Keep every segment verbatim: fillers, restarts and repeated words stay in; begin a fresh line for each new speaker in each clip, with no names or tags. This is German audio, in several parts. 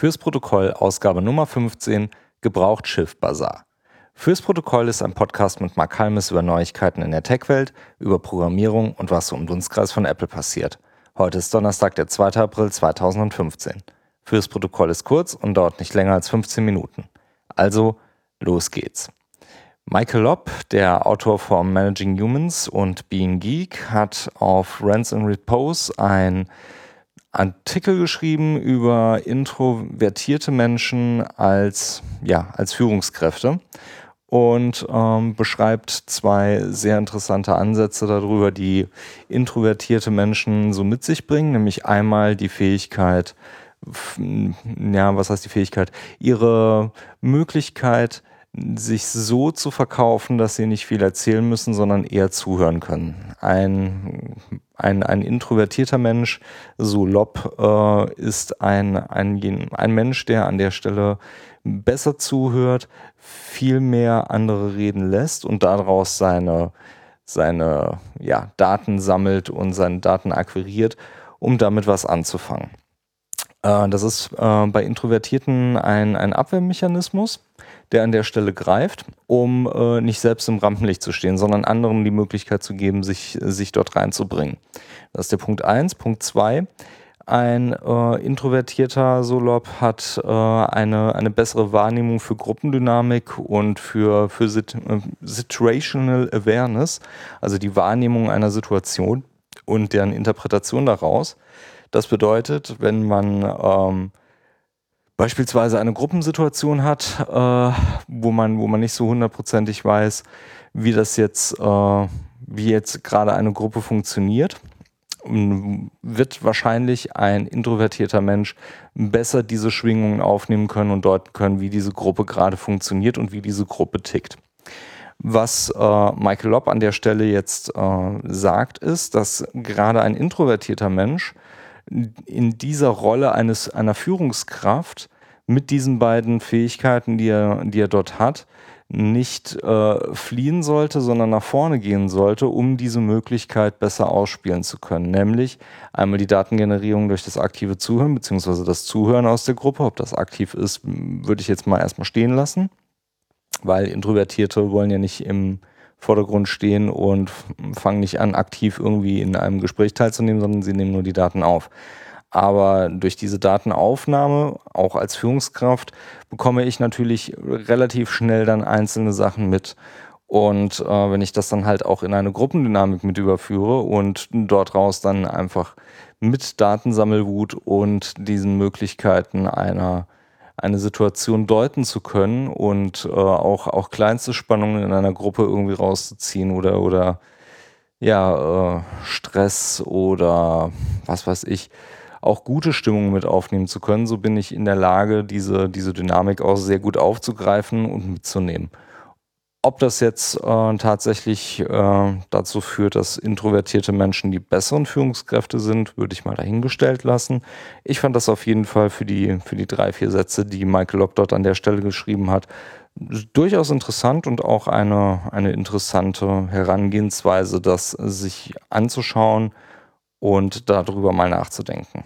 Fürs Protokoll Ausgabe Nummer fünfzehn, Gebraucht-Schiff Basar. Fürs Protokoll ist ein Podcast mit Mark Halmes über Neuigkeiten in der Tech-Welt, über Programmierung und was so im Dunstkreis von Apple passiert. Heute ist Donnerstag, der zweite April zweitausendfünfzehn. Fürs Protokoll ist kurz und dauert nicht länger als fünfzehn Minuten. Also, los geht's. Michael Lopp, der Autor von Managing Humans und Being Geek, hat auf Rants and Repose ein Artikel geschrieben über introvertierte Menschen als, ja, als Führungskräfte und ähm, beschreibt zwei sehr interessante Ansätze darüber, die introvertierte Menschen so mit sich bringen, nämlich einmal die Fähigkeit, ja, was heißt die Fähigkeit? Ihre Möglichkeit, sich so zu verkaufen, dass sie nicht viel erzählen müssen, sondern eher zuhören können. Ein, ein, ein introvertierter Mensch, so Lopp, äh, ist ein, ein, ein Mensch, der an der Stelle besser zuhört, viel mehr andere reden lässt und daraus seine, seine ja, Daten sammelt und seine Daten akquiriert, um damit was anzufangen. Äh, das ist äh, bei Introvertierten ein, ein Abwehrmechanismus, der an der Stelle greift, um äh, nicht selbst im Rampenlicht zu stehen, sondern anderen die Möglichkeit zu geben, sich, sich dort reinzubringen. Das ist der Punkt eins. Punkt zwei. Ein äh, introvertierter Solop hat äh, eine, eine bessere Wahrnehmung für Gruppendynamik und für, für sit äh, Situational Awareness, also die Wahrnehmung einer Situation und deren Interpretation daraus. Das bedeutet, wenn man ähm, beispielsweise eine Gruppensituation hat, äh, wo man, wo man nicht so hundertprozentig weiß, wie das jetzt, äh, wie jetzt gerade eine Gruppe funktioniert, wird wahrscheinlich ein introvertierter Mensch besser diese Schwingungen aufnehmen können und deuten können, wie diese Gruppe gerade funktioniert und wie diese Gruppe tickt. Was äh, Michael Lopp an der Stelle jetzt äh, sagt, ist, dass gerade ein introvertierter Mensch in dieser Rolle eines einer Führungskraft mit diesen beiden Fähigkeiten, die er, die er dort hat, nicht äh, fliehen sollte, sondern nach vorne gehen sollte, um diese Möglichkeit besser ausspielen zu können. Nämlich einmal die Datengenerierung durch das aktive Zuhören, beziehungsweise das Zuhören aus der Gruppe. Ob das aktiv ist, würde ich jetzt mal erstmal stehen lassen, weil Introvertierte wollen ja nicht im Vordergrund stehen und fangen nicht an, aktiv irgendwie in einem Gespräch teilzunehmen, sondern sie nehmen nur die Daten auf. Aber durch diese Datenaufnahme, auch als Führungskraft, bekomme ich natürlich relativ schnell dann einzelne Sachen mit. Und äh, wenn ich das dann halt auch in eine Gruppendynamik mit überführe und dort raus dann einfach mit Datensammelwut und diesen Möglichkeiten einer eine Situation deuten zu können und äh, auch, auch kleinste Spannungen in einer Gruppe irgendwie rauszuziehen oder, oder ja, äh, Stress oder was weiß ich, auch gute Stimmung mit aufnehmen zu können, so bin ich in der Lage, diese, diese Dynamik auch sehr gut aufzugreifen und mitzunehmen. Ob das jetzt äh, tatsächlich äh, dazu führt, dass introvertierte Menschen die besseren Führungskräfte sind, würde ich mal dahingestellt lassen. Ich fand das auf jeden Fall für die, für die drei, vier Sätze, die Michael Lopp dort an der Stelle geschrieben hat, durchaus interessant und auch eine, eine interessante Herangehensweise, das sich anzuschauen und darüber mal nachzudenken.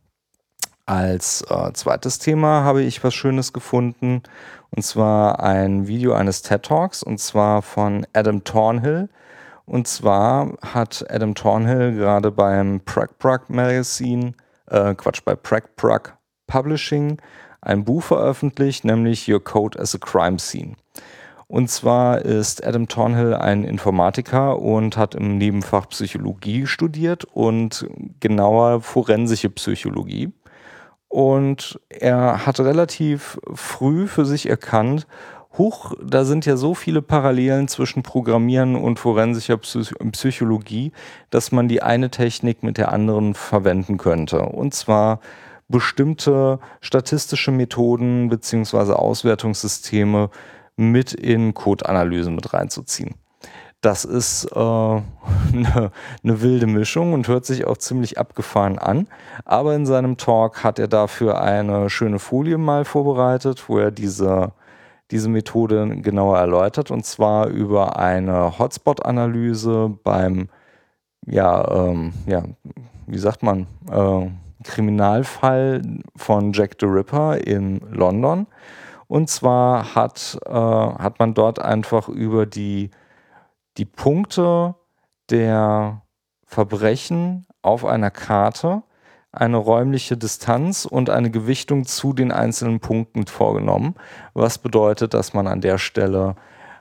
Als äh, zweites Thema habe ich was Schönes gefunden, und zwar ein Video eines TED Talks, und zwar von Adam Thornhill. Und zwar hat Adam Thornhill gerade beim Prag Prag Magazine, äh, Quatsch, bei Prag Prag Publishing ein Buch veröffentlicht, nämlich Your Code as a Crime Scene. Und zwar ist Adam Thornhill ein Informatiker und hat im Nebenfach Psychologie studiert und genauer forensische Psychologie. Und er hat relativ früh für sich erkannt, huch, da sind ja so viele Parallelen zwischen Programmieren und forensischer Psych- Psychologie, dass man die eine Technik mit der anderen verwenden könnte. Und zwar bestimmte statistische Methoden bzw. Auswertungssysteme mit in Codeanalysen mit reinzuziehen. Das ist äh, eine, eine wilde Mischung und hört sich auch ziemlich abgefahren an. Aber in seinem Talk hat er dafür eine schöne Folie mal vorbereitet, wo er diese, diese Methode genauer erläutert. Und zwar über eine Hotspot-Analyse beim, ja, ähm, ja, wie sagt man, äh, Kriminalfall von Jack the Ripper in London. Und zwar hat, äh, hat man dort einfach über die, die Punkte der Verbrechen auf einer Karte eine räumliche Distanz und eine Gewichtung zu den einzelnen Punkten vorgenommen, was bedeutet, dass man an der Stelle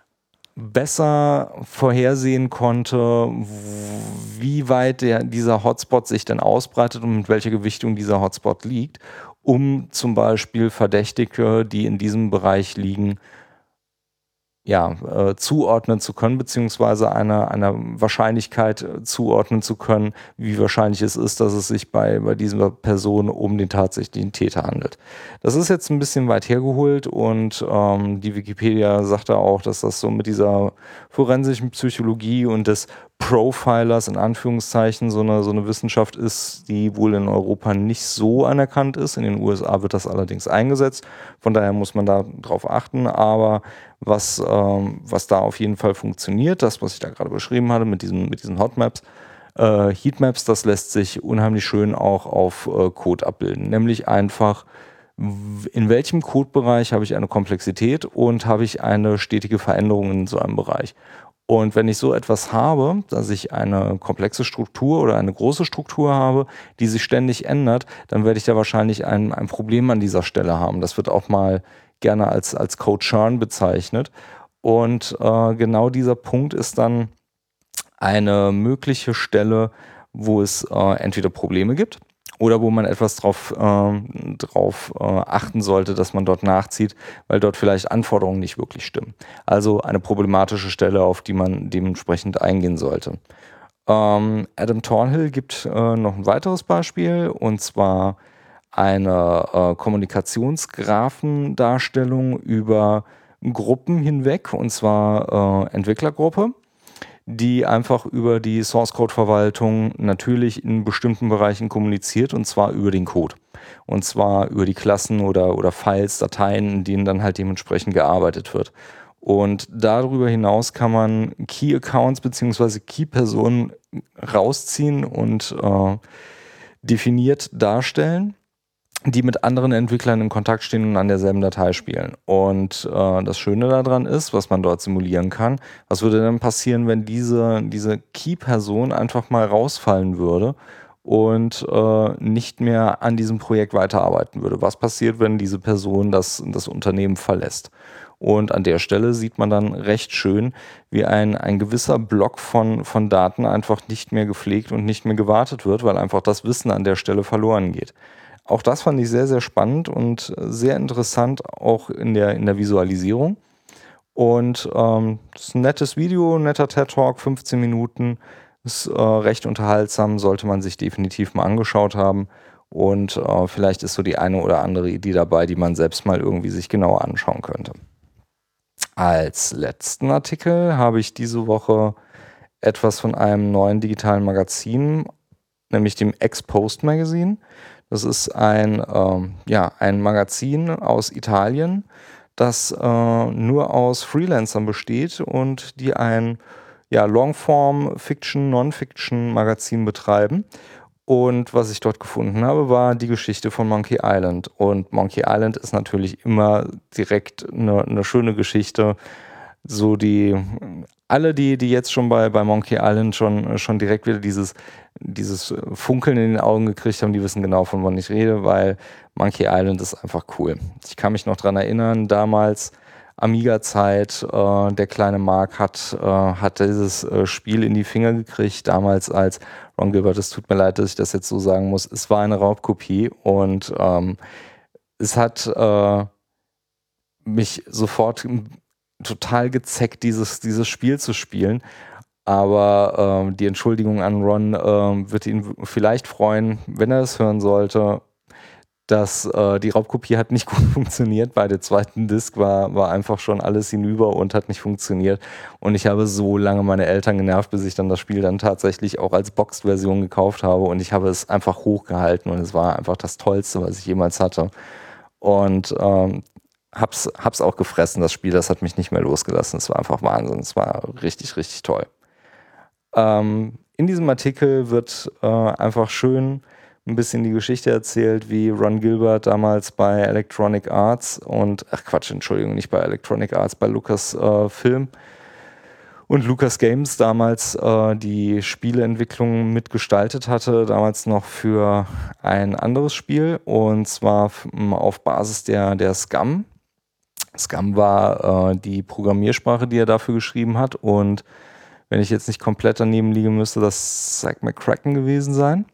besser vorhersehen konnte, wie weit der, dieser Hotspot sich denn ausbreitet und mit welcher Gewichtung dieser Hotspot liegt, um zum Beispiel Verdächtige, die in diesem Bereich liegen, ja, äh, zuordnen zu können, beziehungsweise einer einer Wahrscheinlichkeit äh, zuordnen zu können, wie wahrscheinlich es ist, dass es sich bei, bei dieser Person um den tatsächlichen Täter handelt. Das ist jetzt ein bisschen weit hergeholt und ähm, die Wikipedia sagt da auch, dass das so mit dieser forensischen Psychologie und des Profilers in Anführungszeichen so eine, so eine Wissenschaft ist, die wohl in Europa nicht so anerkannt ist. In den U S A wird das allerdings eingesetzt. Von daher muss man da drauf achten. Aber was, ähm, was da auf jeden Fall funktioniert, das, was ich da gerade beschrieben hatte mit diesen, mit diesen Hotmaps, äh, Heatmaps, das lässt sich unheimlich schön auch auf äh, Code abbilden. Nämlich einfach, in welchem Codebereich habe ich eine Komplexität und habe ich eine stetige Veränderung in so einem Bereich. Und wenn ich so etwas habe, dass ich eine komplexe Struktur oder eine große Struktur habe, die sich ständig ändert, dann werde ich da wahrscheinlich ein, ein Problem an dieser Stelle haben. Das wird auch mal gerne als, als Code Churn bezeichnet. Und äh, genau dieser Punkt ist dann eine mögliche Stelle, wo es äh, entweder Probleme gibt oder wo man etwas drauf, äh, drauf äh, achten sollte, dass man dort nachzieht, weil dort vielleicht Anforderungen nicht wirklich stimmen. Also eine problematische Stelle, auf die man dementsprechend eingehen sollte. Ähm, Adam Thornhill gibt äh, noch ein weiteres Beispiel, und zwar eine äh, Kommunikationsgraphendarstellung über Gruppen hinweg, und zwar äh, Entwicklergruppe, die einfach über die Source-Code-Verwaltung natürlich in bestimmten Bereichen kommuniziert, und zwar über den Code. Und zwar über die Klassen oder, oder Files, Dateien, in denen dann halt dementsprechend gearbeitet wird. Und darüber hinaus kann man Key-Accounts bzw. Key-Personen rausziehen und äh, definiert darstellen, die mit anderen Entwicklern in Kontakt stehen und an derselben Datei spielen. Und äh, das Schöne daran ist, was man dort simulieren kann, was würde denn passieren, wenn diese, diese Key-Person einfach mal rausfallen würde und äh, nicht mehr an diesem Projekt weiterarbeiten würde? Was passiert, wenn diese Person das, das Unternehmen verlässt? Und an der Stelle sieht man dann recht schön, wie ein, ein gewisser Block von, von Daten einfach nicht mehr gepflegt und nicht mehr gewartet wird, weil einfach das Wissen an der Stelle verloren geht. Auch das fand ich sehr, sehr spannend und sehr interessant, auch in der, in der Visualisierung. Und ähm, das ist ein nettes Video, ein netter TED-Talk, fünfzehn Minuten. Ist äh, recht unterhaltsam, sollte man sich definitiv mal angeschaut haben. Und äh, vielleicht ist so die eine oder andere Idee dabei, die man selbst mal irgendwie sich genauer anschauen könnte. Als letzten Artikel habe ich diese Woche etwas von einem neuen digitalen Magazin, nämlich dem Exposed Magazine. Das ist ein, ähm, ja, ein Magazin aus Italien, das äh, nur aus Freelancern besteht und die ein ja, Longform-Fiction, Non-Fiction-Magazin betreiben. Und was ich dort gefunden habe, war die Geschichte von Monkey Island. Und Monkey Island ist natürlich immer direkt eine, eine schöne Geschichte. So die, alle, die, die jetzt schon bei, bei Monkey Island schon, schon direkt wieder dieses, dieses Funkeln in den Augen gekriegt haben, die wissen genau, von wann ich rede, weil Monkey Island ist einfach cool. Ich kann mich noch dran erinnern, damals Amiga-Zeit, äh, der kleine Mark hat, äh, hat dieses äh, Spiel in die Finger gekriegt, damals als Ron Gilbert, es tut mir leid, dass ich das jetzt so sagen muss, es war eine Raubkopie und ähm, es hat äh, mich sofort total gezeckt, dieses, dieses Spiel zu spielen. Aber ähm, die Entschuldigung an Ron ähm, wird ihn vielleicht freuen, wenn er es hören sollte, dass äh, die Raubkopie hat nicht gut funktioniert. Bei der zweiten Disc war, war einfach schon alles hinüber und hat nicht funktioniert. Und ich habe so lange meine Eltern genervt, bis ich dann das Spiel dann tatsächlich auch als Boxed-Version gekauft habe. Und ich habe es einfach hochgehalten und es war einfach das Tollste, was ich jemals hatte. Und ähm, hab's, hab's auch gefressen, das Spiel, das hat mich nicht mehr losgelassen. Es war einfach Wahnsinn, es war richtig, richtig toll. Ähm, in diesem Artikel wird äh, einfach schön ein bisschen die Geschichte erzählt, wie Ron Gilbert damals bei Electronic Arts und, ach Quatsch, Entschuldigung, nicht bei Electronic Arts, bei Lucas äh, Film und Lucas Games damals äh, die Spieleentwicklung mitgestaltet hatte, damals noch für ein anderes Spiel, und zwar f- auf Basis der, der Scum. Scum war äh, die Programmiersprache, die er dafür geschrieben hat, und wenn ich jetzt nicht komplett daneben liege, müsste das Zack McCracken gewesen sein.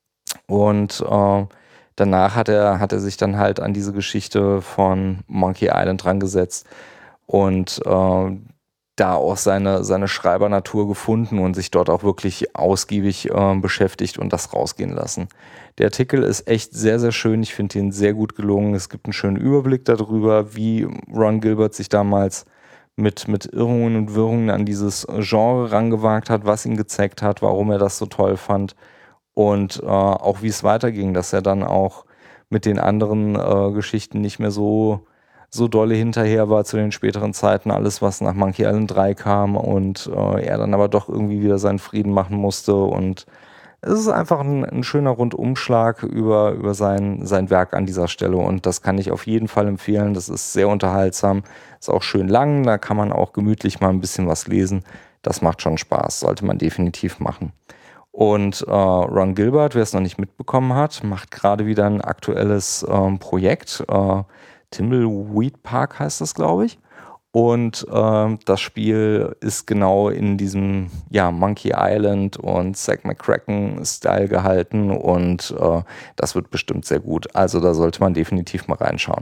Und äh, danach hat er, hat er sich dann halt an diese Geschichte von Monkey Island dran gesetzt und äh, da auch seine, seine Schreibernatur gefunden und sich dort auch wirklich ausgiebig äh, beschäftigt und das rausgehen lassen. Der Artikel ist echt sehr, sehr schön. Ich finde ihn sehr gut gelungen. Es gibt einen schönen Überblick darüber, wie Ron Gilbert sich damals mit, mit Irrungen und Wirrungen an dieses Genre rangewagt hat, was ihn gezeigt hat, warum er das so toll fand und äh, auch wie es weiterging, dass er dann auch mit den anderen äh, Geschichten nicht mehr so, so dolle hinterher war zu den späteren Zeiten, alles was nach Monkey Island drei kam und äh, er dann aber doch irgendwie wieder seinen Frieden machen musste, und es ist einfach ein, ein schöner Rundumschlag über, über sein, sein Werk an dieser Stelle, und das kann ich auf jeden Fall empfehlen. Das ist sehr unterhaltsam, ist auch schön lang, da kann man auch gemütlich mal ein bisschen was lesen. Das macht schon Spaß, sollte man definitiv machen. Und äh, Ron Gilbert, wer es noch nicht mitbekommen hat, macht gerade wieder ein aktuelles ähm, Projekt. Äh, Thimbleweed Park heißt das, glaube ich. Und ähm, das Spiel ist genau in diesem ja, Monkey Island und Zack McCracken-Style gehalten, und äh, das wird bestimmt sehr gut. Also da sollte man definitiv mal reinschauen.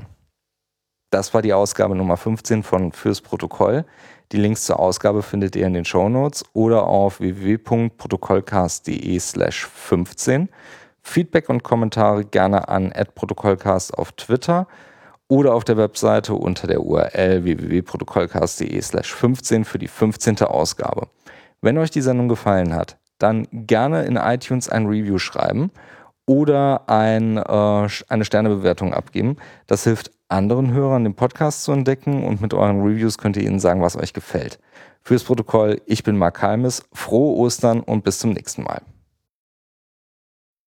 Das war die Ausgabe Nummer fünfzehn von Fürs Protokoll. Die Links zur Ausgabe findet ihr in den Shownotes oder auf w w w punkt protokollcast punkt de slash fünfzehn. Feedback und Kommentare gerne an at protokollcast auf Twitter oder auf der Webseite unter der U R L w w w punkt protokollcast punkt de slash fünfzehn für die fünfzehnte Ausgabe. Wenn euch die Sendung gefallen hat, dann gerne in iTunes ein Review schreiben oder ein, äh, eine Sternebewertung abgeben. Das hilft anderen Hörern, den Podcast zu entdecken, und mit euren Reviews könnt ihr ihnen sagen, was euch gefällt. Fürs Protokoll, ich bin Mark Halmes, frohe Ostern und bis zum nächsten Mal.